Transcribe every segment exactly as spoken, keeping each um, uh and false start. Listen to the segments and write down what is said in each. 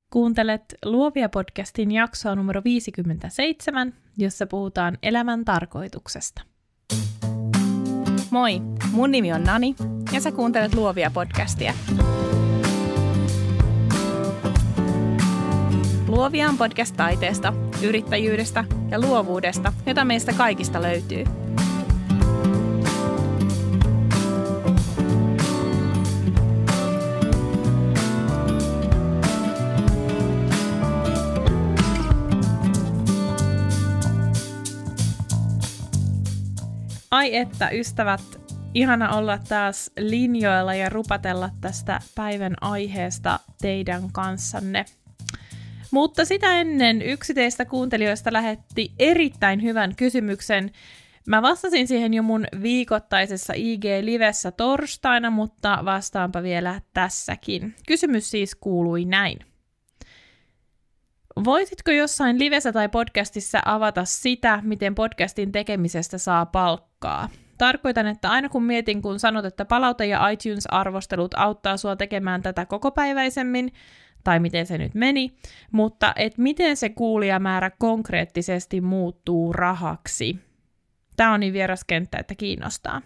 Kuuntelet Luovia podcastin jaksoa numero viisikymmentäseitsemän, jossa puhutaan elämän tarkoituksesta. Moi, mun nimi on Nani ja sä kuuntelet Luovia podcastia. Luovia on podcast taiteesta, yrittäjyydestä ja luovuudesta, jota meistä kaikista löytyy. Ai että, ystävät, ihana olla taas linjoilla ja rupatella tästä päivän aiheesta teidän kanssanne. Mutta sitä ennen yksi teistä kuuntelijoista lähetti erittäin hyvän kysymyksen. Mä vastasin siihen jo mun viikoittaisessa I G-livessä torstaina, mutta vastaanpa vielä tässäkin. Kysymys siis kuului näin. Voisitko jossain livessä tai podcastissa avata sitä, miten podcastin tekemisestä saa palkkaa? Tarkoitan, että aina kun mietin, kun sanot, että palaute ja iTunes-arvostelut auttaa sua tekemään tätä kokopäiväisemmin, tai miten se nyt meni, mutta et miten se kuulijamäärä konkreettisesti muuttuu rahaksi? Tämä on niin vieras kenttä, että kiinnostaa.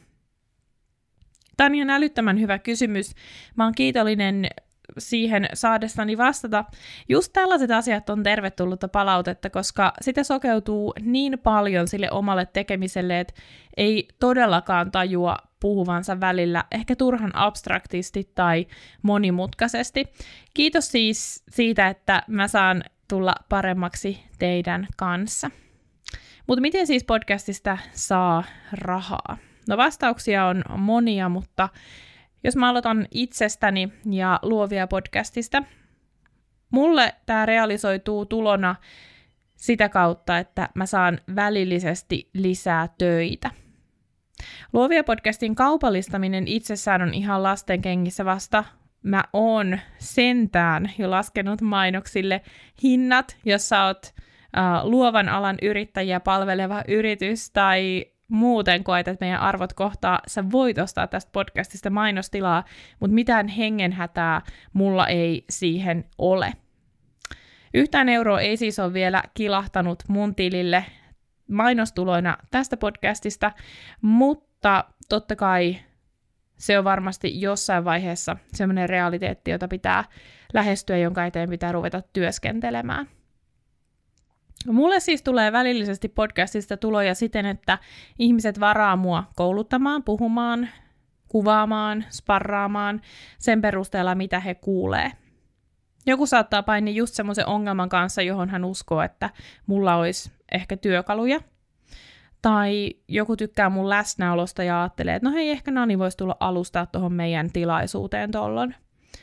Tämä on ihan älyttömän hyvä kysymys. Mä oon kiitollinen siihen saadessani vastata. Just tällaiset asiat on tervetullutta palautetta, koska sitä sokeutuu niin paljon sille omalle tekemiselle, että ei todellakaan tajua puhuvansa välillä ehkä turhan abstraktisti tai monimutkaisesti. Kiitos siis siitä, että mä saan tulla paremmaksi teidän kanssa. Mutta miten siis podcastista saa rahaa? No vastauksia on monia, mutta jos mä aloitan itsestäni ja Luovia podcastista, mulle tämä realisoituu tulona sitä kautta, että mä saan välillisesti lisää töitä. Luovia podcastin kaupallistaminen itsessään on ihan lastenkengissä vasta. Mä oon sentään jo laskenut mainoksille hinnat, jos sä oot uh, luovan alan yrittäjiä palveleva yritys tai muuten koet, että meidän arvot kohtaa, sä voit ostaa tästä podcastista mainostilaa, mutta mitään hengenhätää mulla ei siihen ole. Yhtään euroa ei siis ole vielä kilahtanut mun tilille mainostuloina tästä podcastista, mutta totta kai se on varmasti jossain vaiheessa semmoinen realiteetti, jota pitää lähestyä, jonka eteen pitää ruveta työskentelemään. Mulle siis tulee välillisesti podcastista tuloja siten, että ihmiset varaa mua kouluttamaan, puhumaan, kuvaamaan, sparraamaan sen perusteella, mitä he kuulee. Joku saattaa painia just semmoisen ongelman kanssa, johon hän uskoo, että mulla olisi ehkä työkaluja. Tai joku tykkää mun läsnäolosta ja ajattelee, että no hei, ehkä Nani voisi tulla alustaa tuohon meidän tilaisuuteen tollon.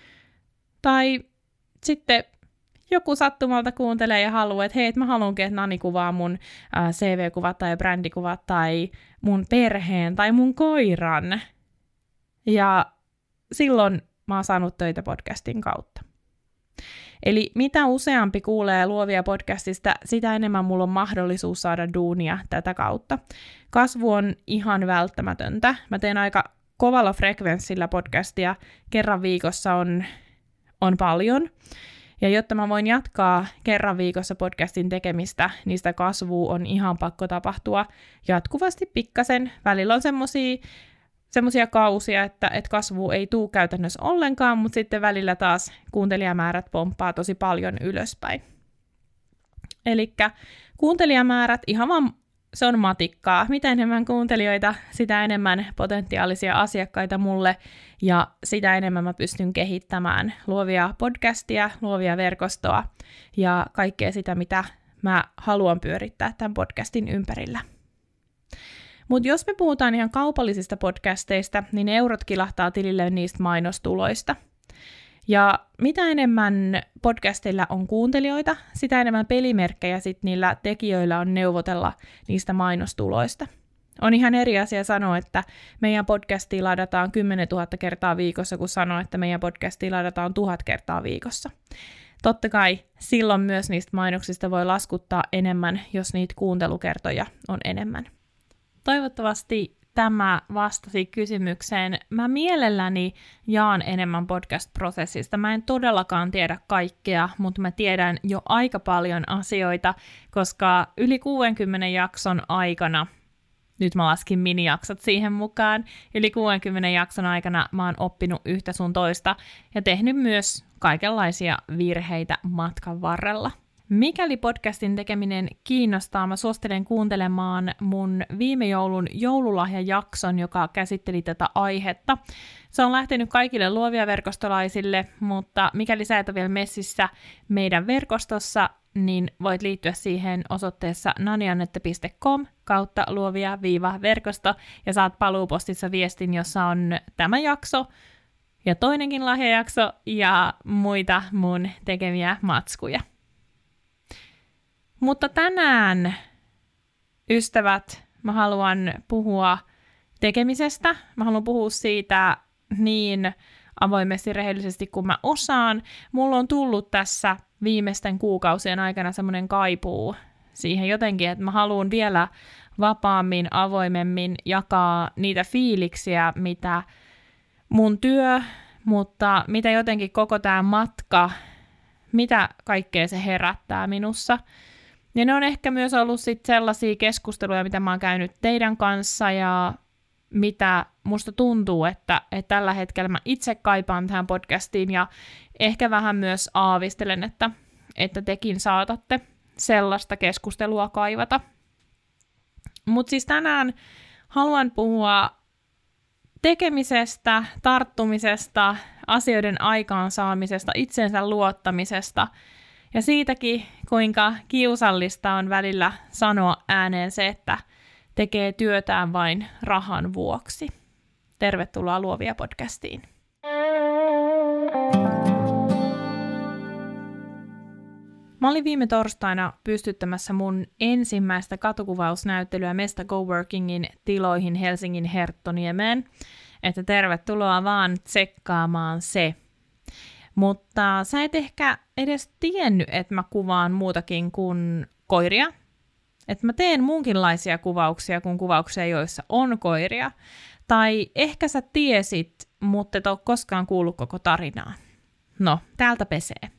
Tai sitten joku sattumalta kuuntelee ja haluaa, että hei, että mä haluankin, että Nani kuvaa mun ää, C V-kuvat tai brändikuvat tai mun perheen tai mun koiran. Ja silloin mä oon saanut töitä podcastin kautta. Eli mitä useampi kuulee Luovia podcastista, sitä enemmän mulla on mahdollisuus saada duunia tätä kautta. Kasvu on ihan välttämätöntä. Mä teen aika kovalla frekvenssillä podcastia. Kerran viikossa on, on paljon. Ja jotta mä voin jatkaa kerran viikossa podcastin tekemistä, niin sitä kasvua on ihan pakko tapahtua jatkuvasti pikkasen. Välillä on semmosia semmoisia kausia, että, että kasvu ei tule käytännössä ollenkaan, mutta sitten välillä taas kuuntelijamäärät pomppaa tosi paljon ylöspäin. Elikkä kuuntelijamäärät, ihan vaan se on matikkaa. Mitä enemmän kuuntelijoita, sitä enemmän potentiaalisia asiakkaita mulle, ja sitä enemmän mä pystyn kehittämään luovia podcastia, luovia verkostoa ja kaikkea sitä, mitä mä haluan pyörittää tämän podcastin ympärillä. Mutta jos me puhutaan ihan kaupallisista podcasteista, niin eurot kilahtaa tilille niistä mainostuloista. Ja mitä enemmän podcasteilla on kuuntelijoita, sitä enemmän pelimerkkejä sit niillä tekijöillä on neuvotella niistä mainostuloista. On ihan eri asia sanoa, että meidän podcastia ladataan kymmenentuhatta kertaa viikossa, kun sanoa, että meidän podcastia ladataan tuhat kertaa viikossa. Totta kai silloin myös niistä mainoksista voi laskuttaa enemmän, jos niitä kuuntelukertoja on enemmän. Toivottavasti tämä vastasi kysymykseen. Mä mielelläni jaan enemmän podcast-prosessista. Mä en todellakaan tiedä kaikkea, mutta mä tiedän jo aika paljon asioita, koska yli kuudenkymmenen jakson aikana, nyt mä laskin minijaksot siihen mukaan, yli kuudenkymmenen jakson aikana mä oon oppinut yhtä sun toista ja tehnyt myös kaikenlaisia virheitä matkan varrella. Mikäli podcastin tekeminen kiinnostaa, mä suosittelen kuuntelemaan mun viime joulun joululahjajakson, joka käsitteli tätä aihetta. Se on lähtenyt kaikille luovia verkostolaisille, mutta mikäli sä et ole vielä messissä meidän verkostossa, niin voit liittyä siihen osoitteessa naniannette piste com kautta luovia viiva verkosto ja saat paluupostissa viestin, jossa on tämä jakso ja toinenkin lahjajakso ja muita mun tekemiä matskuja. Mutta tänään, ystävät, mä haluan puhua tekemisestä. Mä haluan puhua siitä niin avoimesti, rehellisesti kuin mä osaan. Mulla on tullut tässä viimeisten kuukausien aikana semmoinen kaipuu siihen jotenkin, että mä haluan vielä vapaammin, avoimemmin jakaa niitä fiiliksiä, mitä mun työ, mutta mitä jotenkin koko tää matka, mitä kaikkea se herättää minussa. Ja ne on ehkä myös ollut sit sellaisia keskusteluja, mitä mä oon käynyt teidän kanssa ja mitä musta tuntuu, että, että tällä hetkellä mä itse kaipaan tähän podcastiin ja ehkä vähän myös aavistelen, että, että tekin saatatte sellaista keskustelua kaivata. Mutta siis tänään haluan puhua tekemisestä, tarttumisesta, asioiden aikaansaamisesta, itsensä luottamisesta ja siitäkin, kuinka kiusallista on välillä sanoa ääneen se, että tekee työtään vain rahan vuoksi. Tervetuloa Luovia podcastiin. Mä olin viime torstaina pystyttämässä mun ensimmäistä katukuvausnäyttelyä Mesta Coworkingin tiloihin Helsingin Herttoniemeen, että tervetuloa vaan tsekkaamaan se. Mutta sä et ehkä edes tiennyt, että mä kuvaan muutakin kuin koiria. Että mä teen muunkinlaisia kuvauksia kuin kuvauksia, joissa on koiria. Tai ehkä sä tiesit, mutta et ole koskaan kuullut koko tarinaa. No, täältä pesee.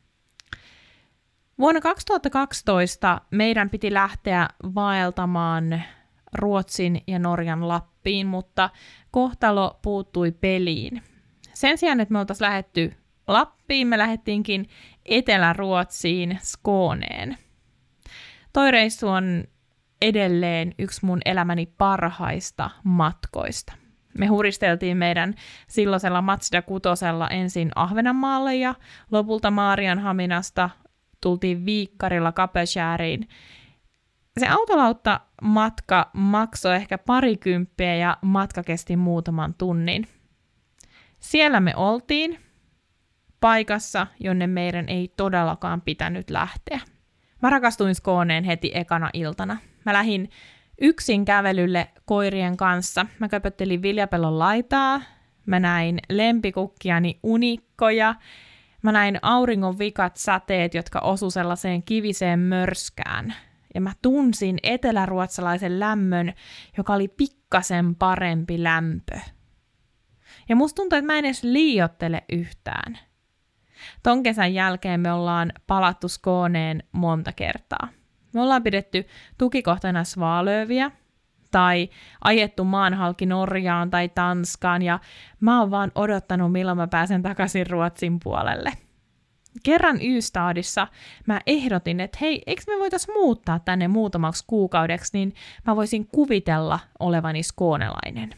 Vuonna kaksituhattakaksitoista meidän piti lähteä vaeltamaan Ruotsin ja Norjan Lappiin, mutta kohtalo puuttui peliin. Sen sijaan, että me oltaisiin lähdetty Lappiin, me lähdettiinkin Etelä-Ruotsiin Skåneen. Toi reissu on edelleen yksi mun elämäni parhaista matkoista. Me huristeltiin meidän silloisella Mazda kutosella ensin Ahvenanmaalle ja lopulta Maarianhaminasta tultiin Viikkarilla Kapellskäriin. Se autolautta matka maksoi ehkä parikymppiä ja matka kesti muutaman tunnin. Siellä me oltiin paikassa, jonne meidän ei todellakaan pitänyt lähteä. Mä rakastuin Skåneen heti ekana iltana. Mä lähdin yksin kävelylle koirien kanssa. Mä köpöttelin viljapellon laitaa. Mä näin lempikukkiani unikkoja. Mä näin auringon vikat säteet, jotka osu sellaiseen kiviseen mörskään. Ja mä tunsin eteläruotsalaisen lämmön, joka oli pikkasen parempi lämpö. Ja musta tuntuu, että mä en edes liioittele yhtään. Ton kesän jälkeen me ollaan palattu Skåneen monta kertaa. Me ollaan pidetty tukikohtana Svalöviä tai ajettu maanhalki Norjaan tai Tanskaan ja mä oon vaan odottanut, milloin mä pääsen takaisin Ruotsin puolelle. Kerran Ystadissa mä ehdotin, että hei, eikö me voitais muuttaa tänne muutamaksi kuukaudeksi, niin mä voisin kuvitella olevani skånelainen.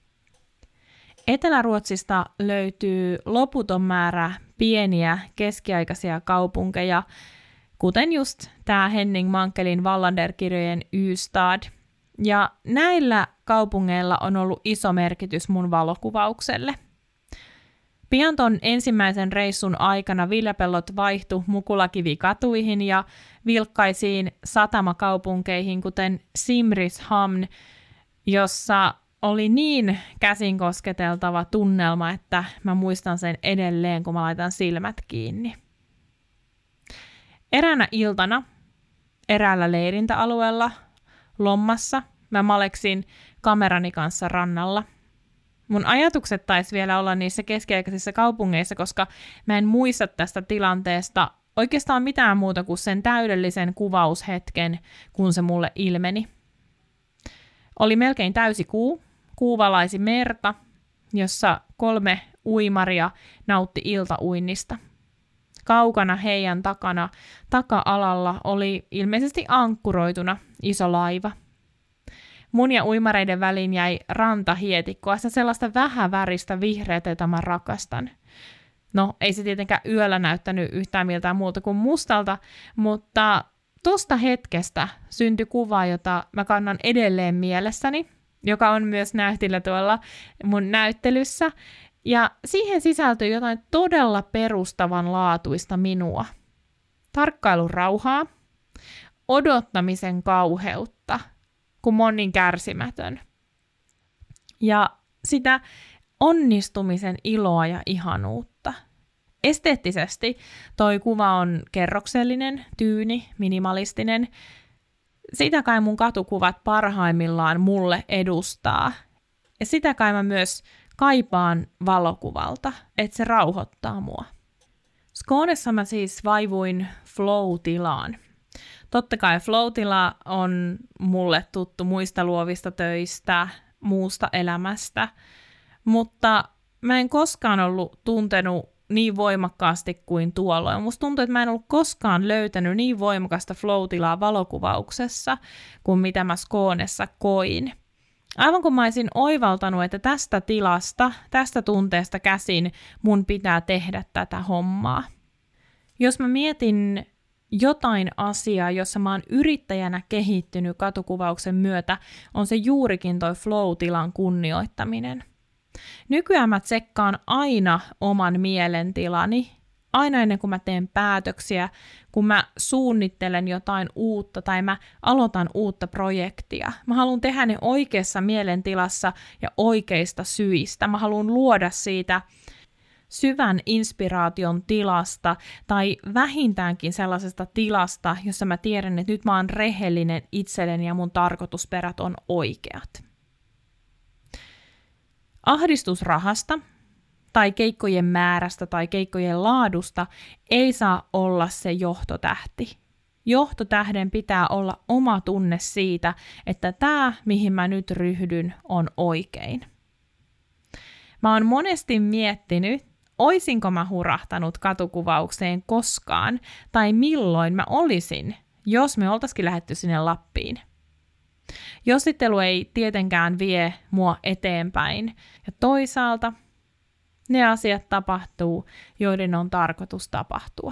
Etelä-Ruotsista löytyy loputon määrä pieniä keskiaikaisia kaupunkeja, kuten just tämä Henning Mankelin Wallander-kirjojen Ystad. Ja näillä kaupungeilla on ollut iso merkitys mun valokuvaukselle. Pian ton ensimmäisen reissun aikana viljapellot vaihtui mukulakivikatuihin ja vilkkaisiin satamakaupunkeihin, kuten Simrishamn, jossa oli niin käsin kosketeltava tunnelma, että mä muistan sen edelleen, kun mä laitan silmät kiinni. Eräänä iltana eräällä leirintäalueella Lommassa mä maleksin kamerani kanssa rannalla. Mun ajatukset taisi vielä olla niissä keskiaikaisissa kaupungeissa, koska mä en muista tästä tilanteesta oikeastaan mitään muuta kuin sen täydellisen kuvaushetken, kun se mulle ilmeni. Oli melkein täysi kuu, kuu valaisi merta, jossa kolme uimaria nautti iltauinnista. Kaukana heidän takana, taka-alalla oli ilmeisesti ankkuroituna iso laiva. Mun ja uimareiden väliin jäi rantahietikkoa, sellaista vähäväristä vihreätä, jota mä rakastan. No, ei se tietenkään yöllä näyttänyt yhtään miltään muuta kuin mustalta, mutta tosta hetkestä syntyi kuva, jota mä kannan edelleen mielessäni, joka on myös näytillä tuolla mun näyttelyssä, ja siihen sisältyy jotain todella perustavanlaatuista minua. Tarkkailun rauhaa, odottamisen kauheutta, kun monin kärsimätön. Ja sitä onnistumisen iloa ja ihanuutta. Esteettisesti toi kuva on kerroksellinen, tyyni, minimalistinen. Sitä kai mun katukuvat parhaimmillaan mulle edustaa. Ja sitä kai mä myös kaipaan valokuvalta, että se rauhoittaa mua. Skånessa mä siis vaivuin flow-tilaan. Totta kai flow-tila on mulle tuttu muista luovista töistä, muusta elämästä, mutta mä en koskaan ollut tuntenut niin voimakkaasti kuin tuolloin. Musta tuntuu, että mä en ollut koskaan löytänyt niin voimakasta flow-tilaa valokuvauksessa kuin mitä mä Skånessa koin. Aivan kun mä olisin oivaltanut, että tästä tilasta, tästä tunteesta käsin mun pitää tehdä tätä hommaa. Jos mä mietin jotain asiaa, jossa mä oon yrittäjänä kehittynyt katukuvauksen myötä, on se juurikin toi flow-tilan kunnioittaminen. Nykyään mä tsekkaan aina oman mielentilani, aina ennen kuin mä teen päätöksiä, kun mä suunnittelen jotain uutta tai mä aloitan uutta projektia. Mä haluan tehdä ne oikeassa mielentilassa ja oikeista syistä. Mä haluan luoda siitä syvän inspiraation tilasta tai vähintäänkin sellaisesta tilasta, jossa mä tiedän, että nyt mä oon rehellinen itselleni ja mun tarkoitusperät on oikeat. Ahdistus rahasta tai keikkojen määrästä tai keikkojen laadusta ei saa olla se johtotähti. Johtotähden pitää olla oma tunne siitä, että tämä, mihin mä nyt ryhdyn, on oikein. Mä oon monesti miettinyt, oisinko mä hurahtanut katukuvaukseen koskaan, tai milloin mä olisin, jos me oltaisikin lähdetty sinne Lappiin. Jossittelu ei tietenkään vie mua eteenpäin, ja toisaalta ne asiat tapahtuu, joiden on tarkoitus tapahtua.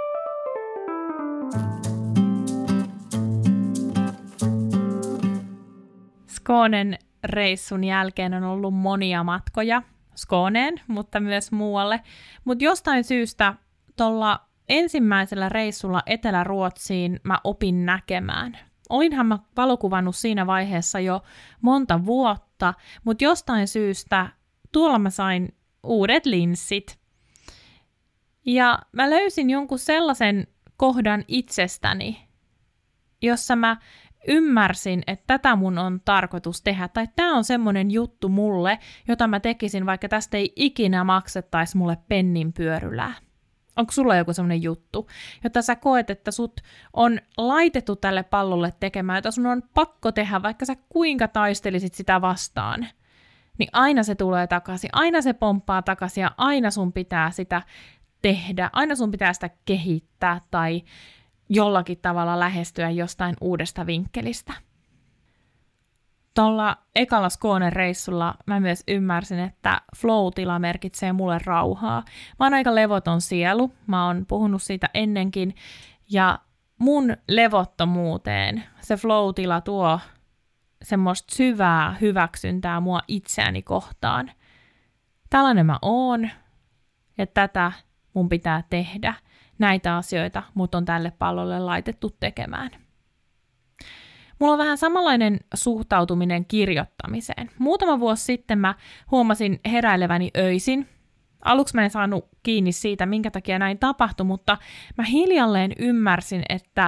Skånen reissun jälkeen on ollut monia matkoja Skåneen, mutta myös muualle. Mutta jostain syystä tuolla ensimmäisellä reissulla Etelä-Ruotsiin mä opin näkemään. Olinhan mä valokuvannut siinä vaiheessa jo monta vuotta, mutta jostain syystä tuolla mä sain uudet linssit. Ja mä löysin jonkun sellaisen kohdan itsestäni, jossa mä ymmärsin, että tätä mun on tarkoitus tehdä, tai tää on semmonen juttu mulle, jota mä tekisin, vaikka tästä ei ikinä maksettaisi mulle pennin pyörylää. Onko sulla joku semmoinen juttu, jota sä koet, että sut on laitettu tälle pallolle tekemään, jota sun on pakko tehdä, vaikka sä kuinka taistelisit sitä vastaan, niin aina se tulee takaisin, aina se pomppaa takaisin ja aina sun pitää sitä tehdä, aina sun pitää sitä kehittää tai jollakin tavalla lähestyä jostain uudesta vinkkelistä. Tuolla ekalla Skånen reissulla mä myös ymmärsin, että flow-tila merkitsee mulle rauhaa. Mä oon aika levoton sielu, mä oon puhunut siitä ennenkin, ja mun levottomuuteen se flow-tila tuo semmoista syvää hyväksyntää mua itseäni kohtaan. Tällainen mä oon, ja tätä mun pitää tehdä. Näitä asioita mut on tälle pallolle laitettu tekemään. Mulla on vähän samanlainen suhtautuminen kirjoittamiseen. Muutama vuosi sitten mä huomasin heräileväni öisin. Aluksi mä en saanut kiinni siitä, minkä takia näin tapahtui, mutta mä hiljalleen ymmärsin, että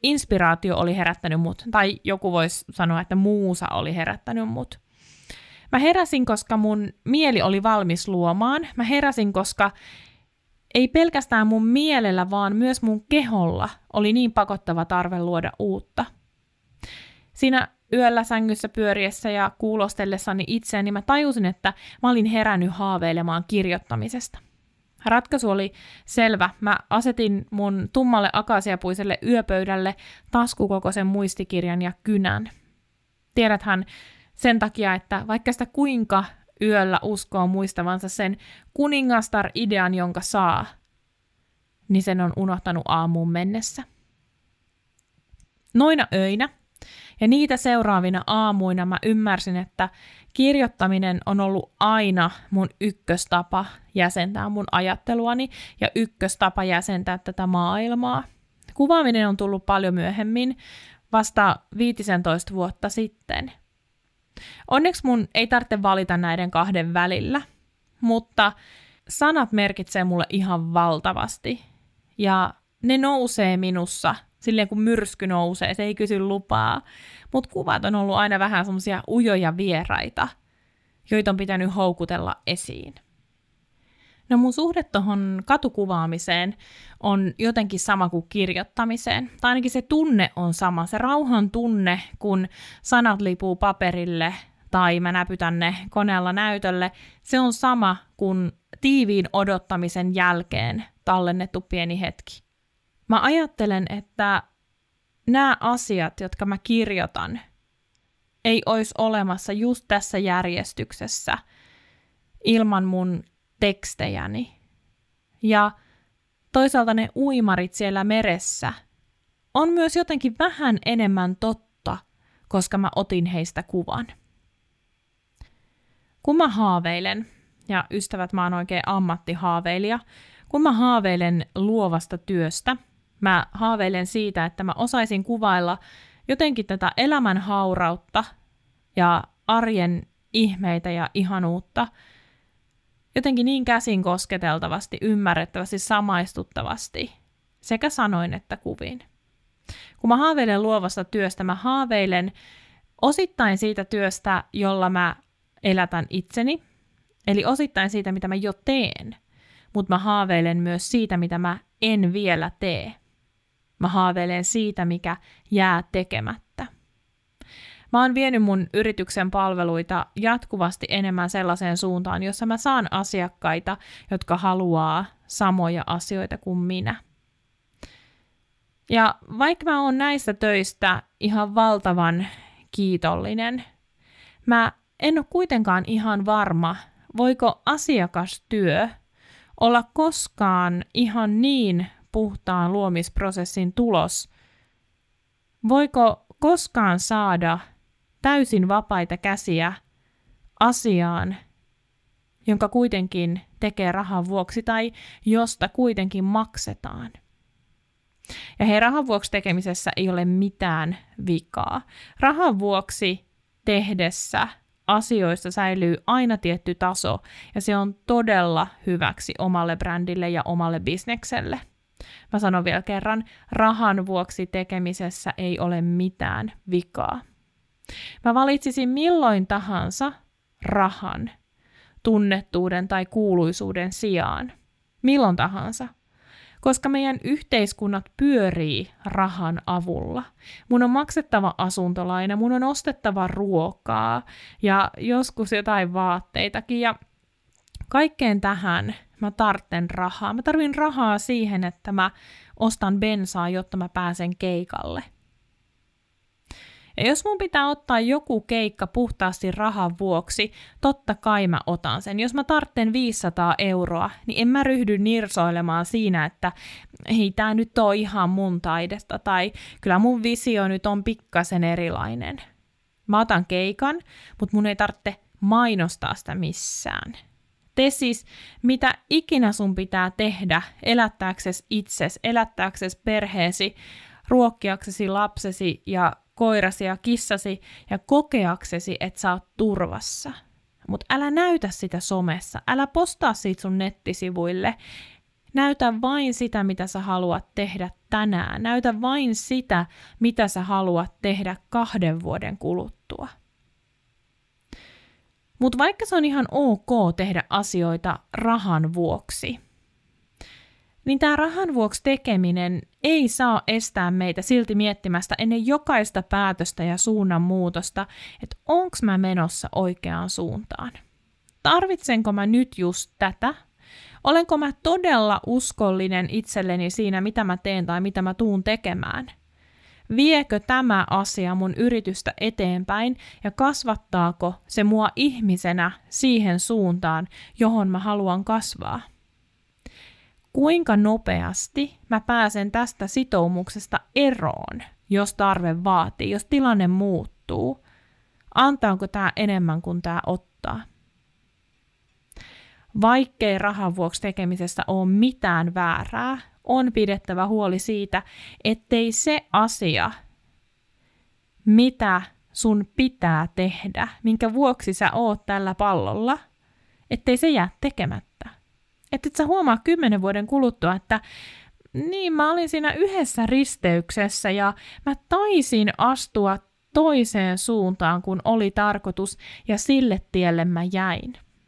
inspiraatio oli herättänyt mut, tai joku voisi sanoa, että muusa oli herättänyt mut. Mä heräsin, koska mun mieli oli valmis luomaan. Mä heräsin, koska ei pelkästään mun mielellä, vaan myös mun keholla oli niin pakottava tarve luoda uutta. Siinä yöllä sängyssä pyöriessä ja kuulostellessani itseäni mä tajusin, että mä olin herännyt haaveilemaan kirjoittamisesta. Ratkaisu oli selvä. Mä asetin mun tummalle akasiapuiselle yöpöydälle taskukokoisen muistikirjan ja kynän. Tiedäthän sen takia, että vaikka sitä kuinka yöllä uskoo muistavansa sen kuningastar-idean, jonka saa, niin sen on unohtanut aamuun mennessä. Noina öinä ja niitä seuraavina aamuina mä ymmärsin, että kirjoittaminen on ollut aina mun ykköstapa jäsentää mun ajatteluani ja ykköstapa jäsentää tätä maailmaa. Kuvaaminen on tullut paljon myöhemmin, vasta viisitoista vuotta sitten. Onneksi mun ei tarvitse valita näiden kahden välillä, mutta sanat merkitsee mulle ihan valtavasti. Ja ne nousee minussa, silleen kun myrsky nousee, se ei kysy lupaa. Mutta kuvat on ollut aina vähän semmoisia ujoja vieraita, joita on pitänyt houkutella esiin. No mun suhde tohon katukuvaamiseen on jotenkin sama kuin kirjoittamiseen. Tai ainakin se tunne on sama, se rauhan tunne, kun sanat lipuu paperille tai mä näpytän ne koneella näytölle. Se on sama kuin tiiviin odottamisen jälkeen tallennettu pieni hetki. Mä ajattelen, että nämä asiat, jotka mä kirjoitan, ei olisi olemassa just tässä järjestyksessä ilman mun tekstejäni. Ja toisaalta ne uimarit siellä meressä on myös jotenkin vähän enemmän totta, koska mä otin heistä kuvan. Kun mä haaveilen, ja ystävät, mä oon oikein ammattihaavailija, kun mä haaveilen luovasta työstä, mä haaveilen siitä, että mä osaisin kuvailla jotenkin tätä elämän haurautta ja arjen ihmeitä ja ihanuutta jotenkin niin käsin kosketeltavasti, ymmärrettävästi, samaistuttavasti, sekä sanoin että kuvin. Kun mä haaveilen luovasta työstä, mä haaveilen osittain siitä työstä, jolla mä elätän itseni, eli osittain siitä, mitä mä jo teen, mutta mä haaveilen myös siitä, mitä mä en vielä tee. Mä haaveilen siitä, mikä jää tekemättä. Mä oon vienyt mun yrityksen palveluita jatkuvasti enemmän sellaiseen suuntaan, jossa mä saan asiakkaita, jotka haluaa samoja asioita kuin minä. Ja vaikka mä oon näistä töistä ihan valtavan kiitollinen, mä en ole kuitenkaan ihan varma, voiko asiakastyö olla koskaan ihan niin puhtaan luomisprosessin tulos. Voiko koskaan saada täysin vapaita käsiä asiaan, jonka kuitenkin tekee rahan vuoksi tai josta kuitenkin maksetaan. Ja hei, rahan vuoksi tekemisessä ei ole mitään vikaa. Rahan vuoksi tehdessä asioista säilyy aina tietty taso, ja se on todella hyväksi omalle brändille ja omalle bisnekselle. Mä sanon vielä kerran, rahan vuoksi tekemisessä ei ole mitään vikaa. Mä valitsisin milloin tahansa rahan, tunnettuuden tai kuuluisuuden sijaan. Milloin tahansa. Koska meidän yhteiskunnat pyörii rahan avulla. Mun on maksettava asuntolaina, mun on ostettava ruokaa ja joskus jotain vaatteitakin. Ja kaikkeen tähän mä tarvitsen rahaa. Mä tarvin rahaa siihen, että mä ostan bensaa, jotta mä pääsen keikalle. Ja jos mun pitää ottaa joku keikka puhtaasti rahan vuoksi, totta kai mä otan sen. Jos mä tarvitsen viisisataa euroa, niin en mä ryhdy nirsoilemaan siinä, että ei tää nyt ole ihan mun taidetta, tai kyllä mun visio nyt on pikkasen erilainen. Mä otan keikan, mutta mun ei tarvitse mainostaa sitä missään. Tee siis, mitä ikinä sun pitää tehdä elättääksesi itsesi, elättääksesi perheesi, ruokkiaksesi lapsesi ja koirasi ja kissasi ja kokeaksesi, että sä oot turvassa. Mutta älä näytä sitä somessa, älä postaa siitä sun nettisivuille. Näytä vain sitä, mitä sä haluat tehdä tänään. Näytä vain sitä, mitä sä haluat tehdä kahden vuoden kuluttua. Mutta vaikka se on ihan ok tehdä asioita rahan vuoksi, niin tämä rahan vuoksi tekeminen ei saa estää meitä silti miettimästä ennen jokaista päätöstä ja suunnanmuutosta, että onko mä menossa oikeaan suuntaan. Tarvitsenko mä nyt just tätä? Olenko mä todella uskollinen itselleni siinä, mitä mä teen tai mitä mä tuun tekemään? Viekö tämä asia mun yritystä eteenpäin ja kasvattaako se mua ihmisenä siihen suuntaan, johon mä haluan kasvaa? Kuinka nopeasti mä pääsen tästä sitoumuksesta eroon, jos tarve vaatii, jos tilanne muuttuu? Antaako tämä enemmän kuin tämä ottaa? Vaikkei rahan vuoksi tekemisestä ole mitään väärää, on pidettävä huoli siitä, ettei se asia, mitä sun pitää tehdä, minkä vuoksi sä oot tällä pallolla, ettei se jää tekemättä. Että et sä huomaa kymmenen vuoden kuluttua, että niin mä olin siinä yhdessä risteyksessä ja mä taisin astua toiseen suuntaan, kun oli tarkoitus, ja sille tielle mä jäin.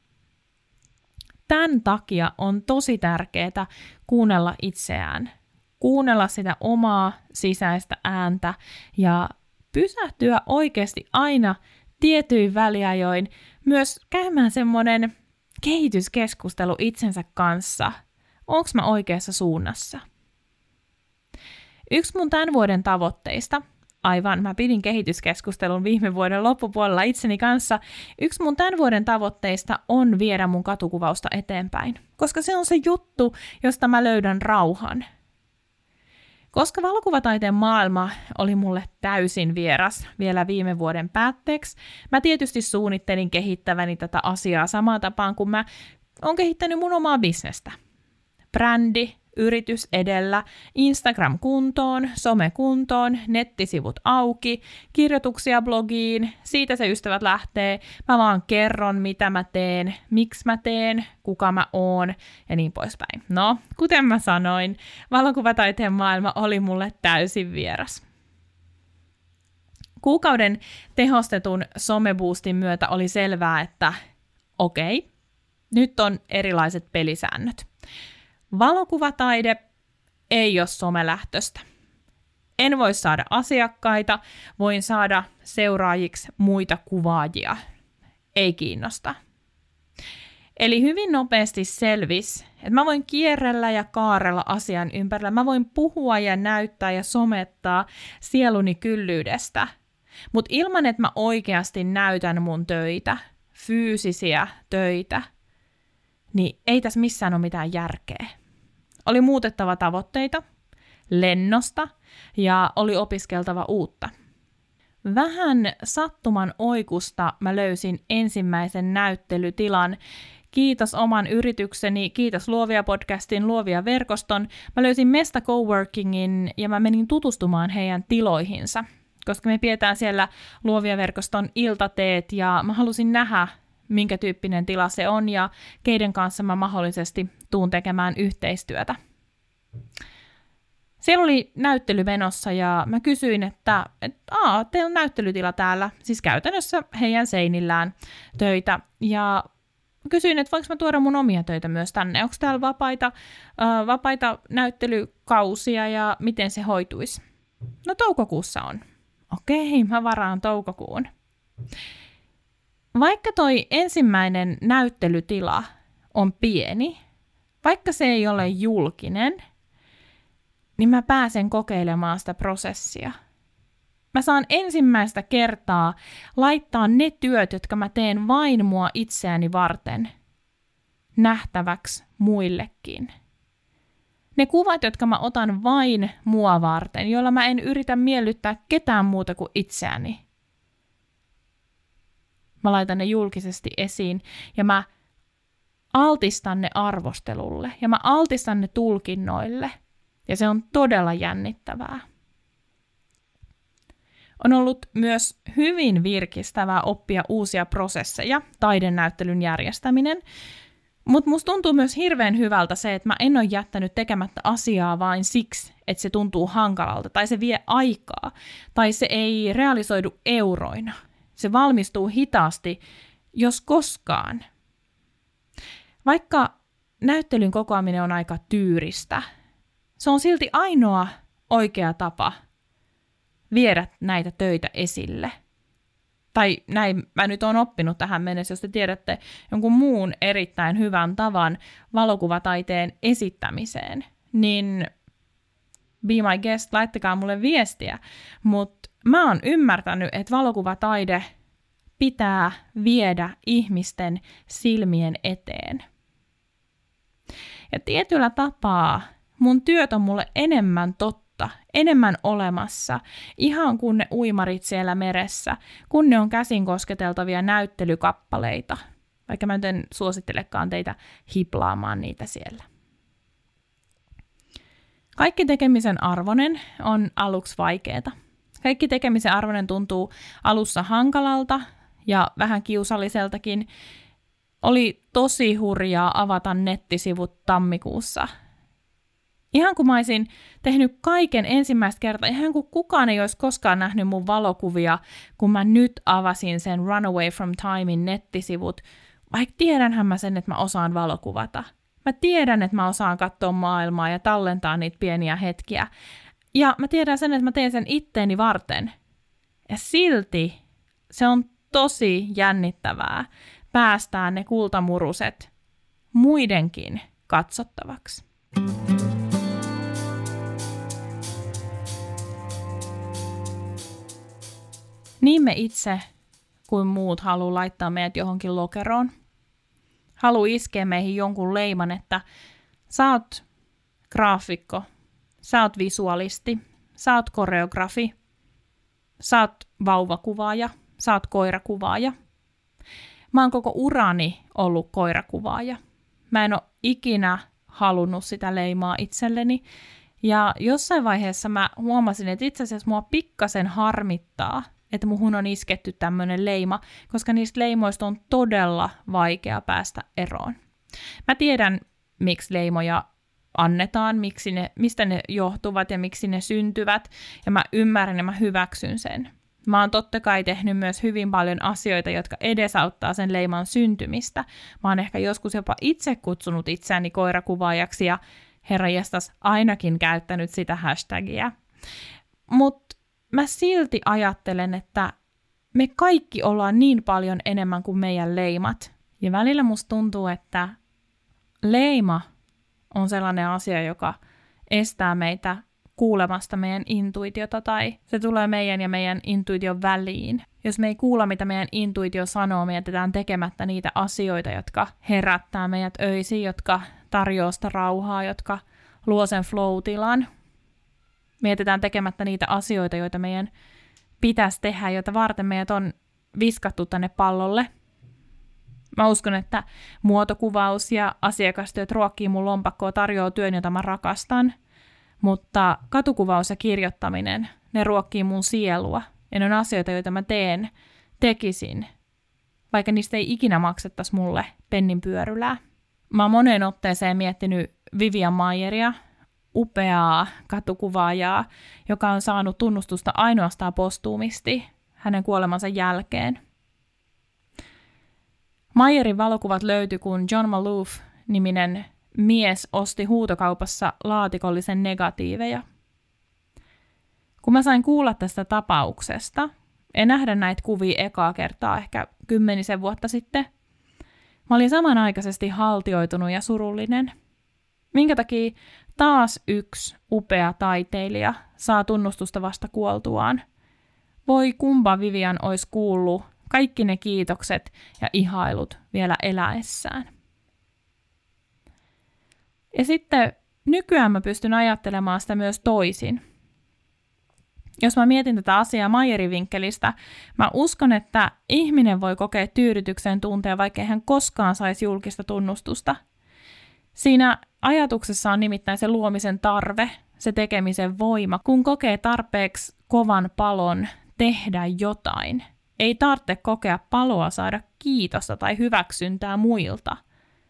Tämän takia on tosi tärkeää kuunnella itseään, kuunnella sitä omaa sisäistä ääntä ja pysähtyä oikeasti aina tietyin väliajoin myös käymään semmoinen kehityskeskustelu itsensä kanssa. Onko mä oikeassa suunnassa? Yksi mun tämän vuoden tavoitteista, aivan, mä pidin kehityskeskustelun viime vuoden loppupuolella itseni kanssa. Yksi mun tämän vuoden tavoitteista on viedä mun katukuvausta eteenpäin, koska se on se juttu, josta mä löydän rauhan. Koska valokuvataiteen maailma oli mulle täysin vieras vielä viime vuoden päätteeksi, mä tietysti suunnittelin kehittäväni tätä asiaa samaan tapaan, kun mä oon kehittänyt mun omaa bisnestä. Brändi, yritys edellä, Instagram kuntoon, some kuntoon, nettisivut auki, kirjoituksia blogiin, siitä se ystävät lähtee, mä vaan kerron mitä mä teen, miksi mä teen, kuka mä oon ja niin poispäin. No, kuten mä sanoin, valokuvataiteen maailma oli mulle täysin vieras. Kuukauden tehostetun someboostin myötä oli selvää, että okei, nyt on erilaiset pelisäännöt. Valokuvataide ei ole somelähtöistä. En voi saada asiakkaita, voin saada seuraajiksi muita kuvaajia. Ei kiinnosta. Eli hyvin nopeasti selvisi, että mä voin kierrellä ja kaarella asian ympärillä. Mä voin puhua ja näyttää ja somettaa sieluni kyllyydestä. Mutta ilman, että mä oikeasti näytän mun töitä, fyysisiä töitä, niin ei tässä missään ole mitään järkeä. Oli muutettava tavoitteita, lennosta ja oli opiskeltava uutta. Vähän sattuman oikusta mä löysin ensimmäisen näyttelytilan. Kiitos oman yritykseni, kiitos Luovia podcastin, Luovia verkoston. Mä löysin Mesta Coworkingin ja mä menin tutustumaan heidän tiloihinsa, koska me pidetään siellä Luovia verkoston iltateet ja mä halusin nähdä, minkä tyyppinen tila se on ja keiden kanssa mä mahdollisesti tuun tekemään yhteistyötä. Siellä oli näyttely menossa ja mä kysyin, että, että aa, teillä on näyttelytila täällä, siis käytännössä heidän seinillään töitä. Ja kysyin, että voinko mä tuoda mun omia töitä myös tänne, onko täällä vapaita, äh, vapaita näyttelykausia ja miten se hoituisi. No toukokuussa on. Okei, mä varaan toukokuun. Vaikka toi ensimmäinen näyttelytila on pieni, vaikka se ei ole julkinen, niin mä pääsen kokeilemaan sitä prosessia. Mä saan ensimmäistä kertaa laittaa ne työt, jotka mä teen vain mua itseäni varten, nähtäväksi muillekin. Ne kuvat, jotka mä otan vain mua varten, joilla mä en yritä miellyttää ketään muuta kuin itseäni. Mä laitan ne julkisesti esiin ja mä altistan ne arvostelulle ja mä altistan ne tulkinnoille. Ja se on todella jännittävää. On ollut myös hyvin virkistävää oppia uusia prosesseja, taidenäyttelyn järjestäminen. Mutta musta tuntuu myös hirveän hyvältä se, että mä en ole jättänyt tekemättä asiaa vain siksi, että se tuntuu hankalalta, tai se vie aikaa, tai se ei realisoidu euroina. Se valmistuu hitaasti, jos koskaan. Vaikka näyttelyn kokoaminen on aika tyyristä, se on silti ainoa oikea tapa viedä näitä töitä esille. Tai näin mä nyt oon oppinut tähän mennessä, jos te tiedätte jonkun muun erittäin hyvän tavan valokuvataiteen esittämiseen, niin be my guest, laittakaa mulle viestiä. Mutta mä oon ymmärtänyt, että valokuvataide pitää viedä ihmisten silmien eteen. Ja tietyllä tapaa mun työt on mulle enemmän totta, enemmän olemassa, ihan kuin ne uimarit siellä meressä, kun ne on käsin kosketeltavia näyttelykappaleita, vaikka mä nyt en suosittelekaan teitä hiplaamaan niitä siellä. Kaikki tekemisen arvoinen on aluksi vaikeeta. Kaikki tekemisen arvoinen tuntuu alussa hankalalta ja vähän kiusalliseltakin. Oli tosi hurjaa avata nettisivut tammikuussa. Ihan kuin mä olisin tehnyt kaiken ensimmäistä kertaa, ihan kuin kukaan ei olisi koskaan nähnyt mun valokuvia, kun mä nyt avasin sen Runaway from Timein nettisivut, vaikka tiedänhän mä sen, että mä osaan valokuvata. Mä tiedän, että mä osaan katsoa maailmaa ja tallentaa niitä pieniä hetkiä. Ja mä tiedän sen, että mä teen sen itteeni varten. Ja silti se on tosi jännittävää päästää ne kultamuruset muidenkin katsottavaksi. Niin me itse kuin muut haluaa laittaa meidät johonkin lokeroon. Haluaa iskeä meihin jonkun leiman, että sä oot graafikko, sä oot visualisti, sä oot koreografi, sä oot vauvakuvaaja, sä oot koirakuvaaja. Mä oon koko urani ollut koirakuvaaja. Mä en ole ikinä halunnut sitä leimaa itselleni. Ja jossain vaiheessa mä huomasin, että itse asiassa mua pikkasen harmittaa, että muhun on isketty tämmöinen leima, koska niistä leimoista on todella vaikea päästä eroon. Mä tiedän, miksi leimoja annetaan, miksi ne, mistä ne johtuvat ja miksi ne syntyvät, ja mä ymmärrän ja mä hyväksyn sen. Mä oon totta kai tehnyt myös hyvin paljon asioita, jotka edesauttaa sen leiman syntymistä. Mä oon ehkä joskus jopa itse kutsunut itseäni koirakuvaajaksi ja herranjestas ainakin käyttänyt sitä hashtagia. Mutta mä silti ajattelen, että me kaikki ollaan niin paljon enemmän kuin meidän leimat. Ja välillä musta tuntuu, että leima on sellainen asia, joka estää meitä kuulemasta meidän intuitiota tai se tulee meidän ja meidän intuition väliin. Jos me ei kuulla, mitä meidän intuitio sanoo, me jätetään tekemättä niitä asioita, jotka herättää meidät öisiin, jotka tarjoaa sitä rauhaa, jotka luo sen flow-tilan. Me jätetään tekemättä niitä asioita, joita meidän pitäisi tehdä, joita varten meidät on viskattu tänne pallolle. Mä uskon, että muotokuvaus ja asiakastyöt ruokkii mun lompakkoa, tarjoaa työn, jota mä rakastan. Mutta katukuvaus ja kirjoittaminen, ne ruokkii mun sielua. Ja ne on asioita, joita mä teen, tekisin, vaikka niistä ei ikinä maksettaisi mulle pennin pyörylää. Mä oon moneen otteeseen miettinyt Vivian Mayeria, upeaa katukuvaajaa, joka on saanut tunnustusta ainoastaan postuumisti hänen kuolemansa jälkeen. Mayerin valokuvat löytyi, kun John Maloof-niminen mies osti huutokaupassa laatikollisen negatiiveja. Kun mä sain kuulla tästä tapauksesta, en nähdä näitä kuvia ekaa kertaa ehkä kymmenisen vuotta sitten, mä olin samanaikaisesti haltioitunut ja surullinen. Minkä takia taas yksi upea taiteilija saa tunnustusta vasta kuoltuaan? Voi kumpa Vivian olisi kuullut kaikki ne kiitokset ja ihailut vielä eläessään. Ja sitten nykyään mä pystyn ajattelemaan sitä myös toisin. Jos mä mietin tätä asiaa Mayerin vinkkelistä, mä uskon, että ihminen voi kokea tyydytyksen tunteen, vaikka hän koskaan saisi julkista tunnustusta. Siinä ajatuksessa on nimittäin se luomisen tarve, se tekemisen voima, kun kokee tarpeeksi kovan palon tehdä jotain. Ei tarvitse kokea paloa saada kiitosta tai hyväksyntää muilta.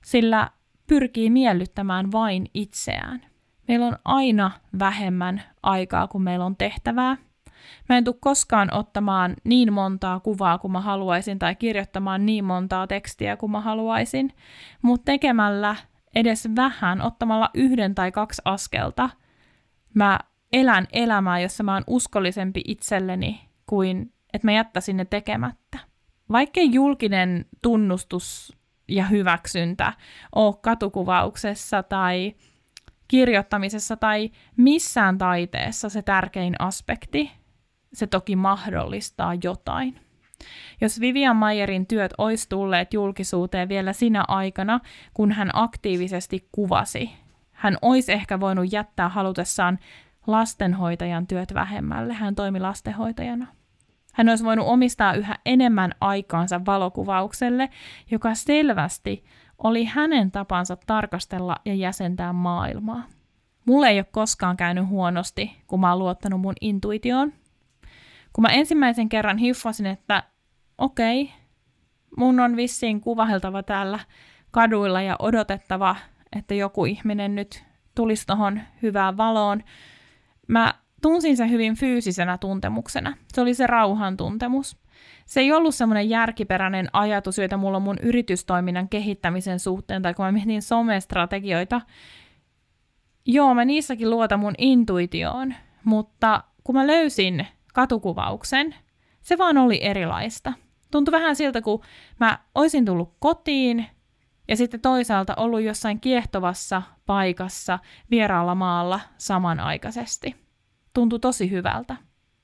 sillä pyrkii miellyttämään vain itseään. Meillä on aina vähemmän aikaa, kun meillä on tehtävää. Mä en tule koskaan ottamaan niin montaa kuvaa kuin mä haluaisin tai kirjoittamaan niin montaa tekstiä kuin mä haluaisin, mutta tekemällä edes vähän, ottamalla yhden tai kaksi askelta, mä elän elämää, jossa mä oon uskollisempi itselleni kuin että mä jättäisin ne tekemättä. Vaikkei julkinen tunnustus ja hyväksyntä ole katukuvauksessa tai kirjoittamisessa tai missään taiteessa se tärkein aspekti, se toki mahdollistaa jotain. Jos Vivian Mayerin työt olisi tulleet julkisuuteen vielä sinä aikana, kun hän aktiivisesti kuvasi, hän olisi ehkä voinut jättää halutessaan lastenhoitajan työt vähemmälle. Hän toimi lastenhoitajana. Hän olisi voinut omistaa yhä enemmän aikaansa valokuvaukselle, joka selvästi oli hänen tapansa tarkastella ja jäsentää maailmaa. Mulle ei ole koskaan käynyt huonosti, kun mä oon luottanut mun intuitioon. Kun mä ensimmäisen kerran hiffasin, että okei, mun on vissiin kuvailtava täällä kaduilla ja odotettava, että joku ihminen nyt tulisi tohon hyvään valoon. Mä tunsin sen hyvin fyysisenä tuntemuksena. Se oli se rauhan tuntemus. Se ei ollut semmoinen järkiperäinen ajatus, jota mulla on mun yritystoiminnan kehittämisen suhteen, tai kun mä mietin somestrategioita. Joo, mä niissäkin luotan mun intuitioon, mutta kun mä löysin katukuvauksen, se vaan oli erilaista. Tuntui vähän siltä, kun mä oisin tullut kotiin ja sitten toisaalta ollut jossain kiehtovassa paikassa vieraalla maalla samanaikaisesti. Tuntui tosi hyvältä.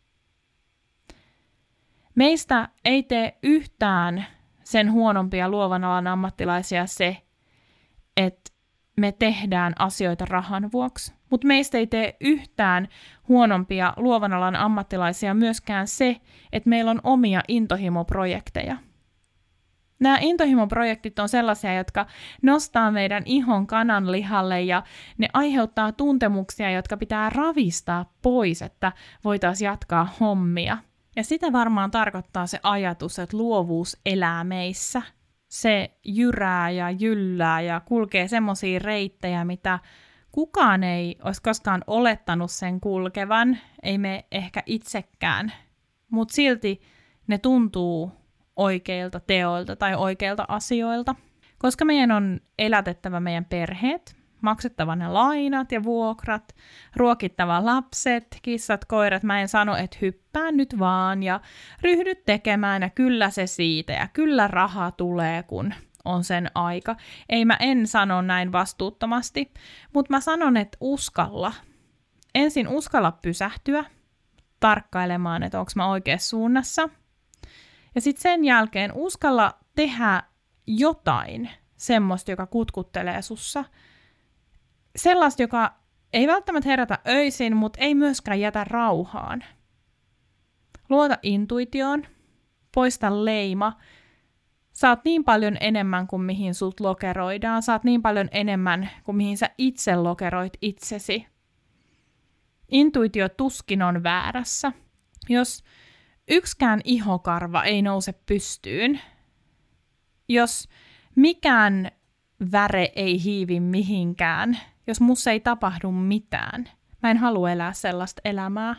Meistä ei tee yhtään sen huonompia luovan alan ammattilaisia se, että me tehdään asioita rahan vuoksi. Mutta meistä ei tee yhtään huonompia luovan alan ammattilaisia myöskään se, että meillä on omia intohimoprojekteja. Nämä intohimoprojektit on sellaisia, jotka nostaa meidän ihon kananlihalle ja ne aiheuttaa tuntemuksia, jotka pitää ravistaa pois, että voitaisiin jatkaa hommia. Ja sitä varmaan tarkoittaa se ajatus, että luovuus elää meissä. Se jyrää ja jyllää ja kulkee semmoisia reittejä, mitä kukaan ei olisi koskaan olettanut sen kulkevan, ei me ehkä itsekään, mutta silti ne tuntuu oikeilta teoilta tai oikeilta asioilta, koska meidän on elätettävä meidän perheet, maksettava ne lainat ja vuokrat, ruokittava lapset, kissat, koirat. Mä en sano, että hyppää nyt vaan ja ryhdy tekemään ja kyllä se siitä ja kyllä raha tulee, kun on sen aika. Ei, mä en sano näin vastuuttomasti, mutta mä sanon, että uskalla. Ensin uskalla pysähtyä, tarkkailemaan, että onko mä oikeassa suunnassa. Ja sitten sen jälkeen uskalla tehdä jotain semmoista, joka kutkuttelee sussa. Sellaista, joka ei välttämättä herätä öisin, mutta ei myöskään jätä rauhaan. Luota intuitioon, poista leima. Saat niin paljon enemmän kuin mihin sut lokeroidaan. Saat niin paljon enemmän kuin mihin sä itse lokeroit itsesi. Intuitio tuskin on väärässä. Jos yksikään ihokarva ei nouse pystyyn, jos mikään väre ei hiivi mihinkään, jos musta ei tapahdu mitään, mä en halua elää sellaista elämää.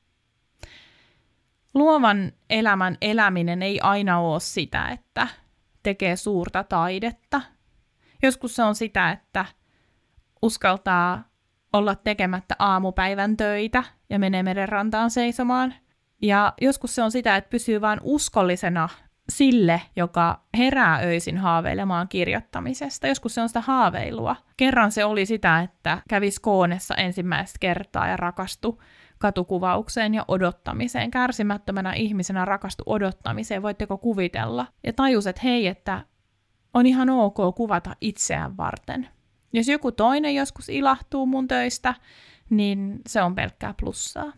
Luovan elämän eläminen ei aina ole sitä, että tekee suurta taidetta. Joskus se on sitä, että uskaltaa olla tekemättä aamupäivän töitä ja menee merenrantaan seisomaan. Ja joskus se on sitä, että pysyy vain uskollisena sille, joka herää öisin haaveilemaan kirjoittamisesta. Joskus se on sitä haaveilua. Kerran se oli sitä, että kävi Skoonessa ensimmäistä kertaa ja rakastui katukuvaukseen ja odottamiseen. Kärsimättömänä ihmisenä rakastui odottamiseen, voitteko kuvitella? Ja tajus, että hei, että on ihan ok kuvata itseään varten. Jos joku toinen joskus ilahtuu mun töistä, niin se on pelkkää plussaa.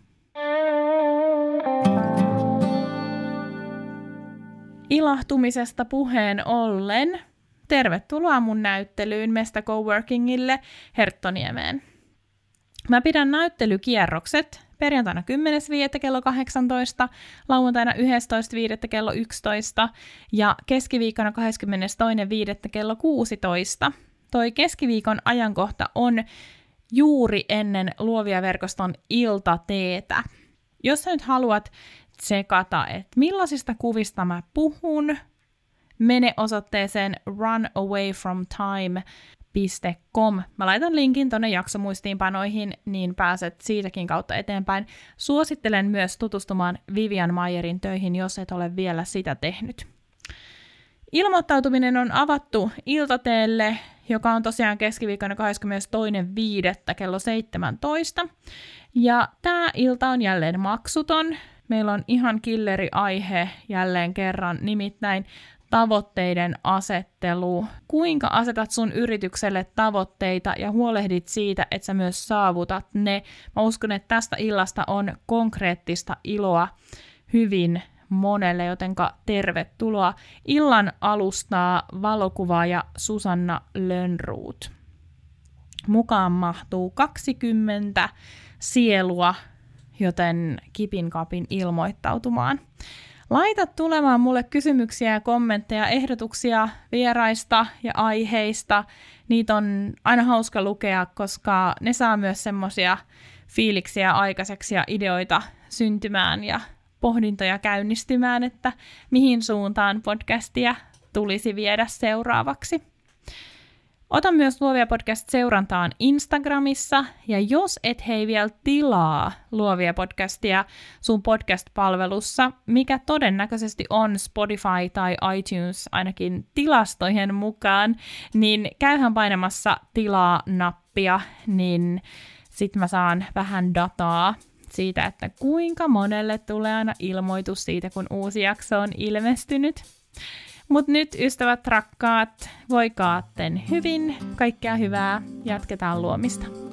Ilahtumisesta puheen ollen, tervetuloa mun näyttelyyn Mesta Coworkingille Herttoniemeen. Mä pidän näyttelykierrokset perjantaina kymmenes viidettä kello kahdeksantoista, lauantaina yhdestoista viidettä kello yksitoista ja keskiviikkona kahdeskymmenestoinen viidettä kello kuusitoista. Toi keskiviikon ajankohta on juuri ennen Luovia verkoston iltateetä. Jos sä nyt haluat tsekata, että millaisista kuvista mä puhun, mene osoitteeseen runawayfromtime piste com. Mä laitan linkin tonne jaksomuistiinpanoihin, niin pääset siitäkin kautta eteenpäin. Suosittelen myös tutustumaan Vivian Mayerin töihin, jos et ole vielä sitä tehnyt. Ilmoittautuminen on avattu iltateelle, joka on tosiaan keskiviikkona kahdeskymmenestoinen viidettä kello seitsemäntoista. Ja tää ilta on jälleen maksuton. Meillä on ihan killeri aihe jälleen kerran, nimittäin tavoitteiden asettelu. Kuinka asetat sun yritykselle tavoitteita ja huolehdit siitä, että sä myös saavutat ne. Mä uskon, että tästä illasta on konkreettista iloa hyvin monelle, jotenka tervetuloa. Illan alustaa valokuvaaja Susanna Lönnroth. Mukaan mahtuu kaksikymmentä sielua, joten kipin kapin ilmoittautumaan. Laita tulemaan mulle kysymyksiä ja kommentteja, ehdotuksia vieraista ja aiheista. Niitä on aina hauska lukea, koska ne saa myös semmoisia fiiliksiä aikaiseksi ja ideoita syntymään ja pohdintoja käynnistymään, että mihin suuntaan podcastia tulisi viedä seuraavaksi. Ota myös Luovia podcast-seurantaan Instagramissa, ja jos et hei vielä tilaa Luovia podcastia sun podcast-palvelussa, mikä todennäköisesti on Spotify tai iTunes ainakin tilastojen mukaan, niin käyhän painamassa tilaa-nappia, niin sit mä saan vähän dataa siitä, että kuinka monelle tulee aina ilmoitus siitä, kun uusi jakso on ilmestynyt. Mut nyt, ystävät rakkaat, voikaatten hyvin, kaikkea hyvää, jatketaan luomista.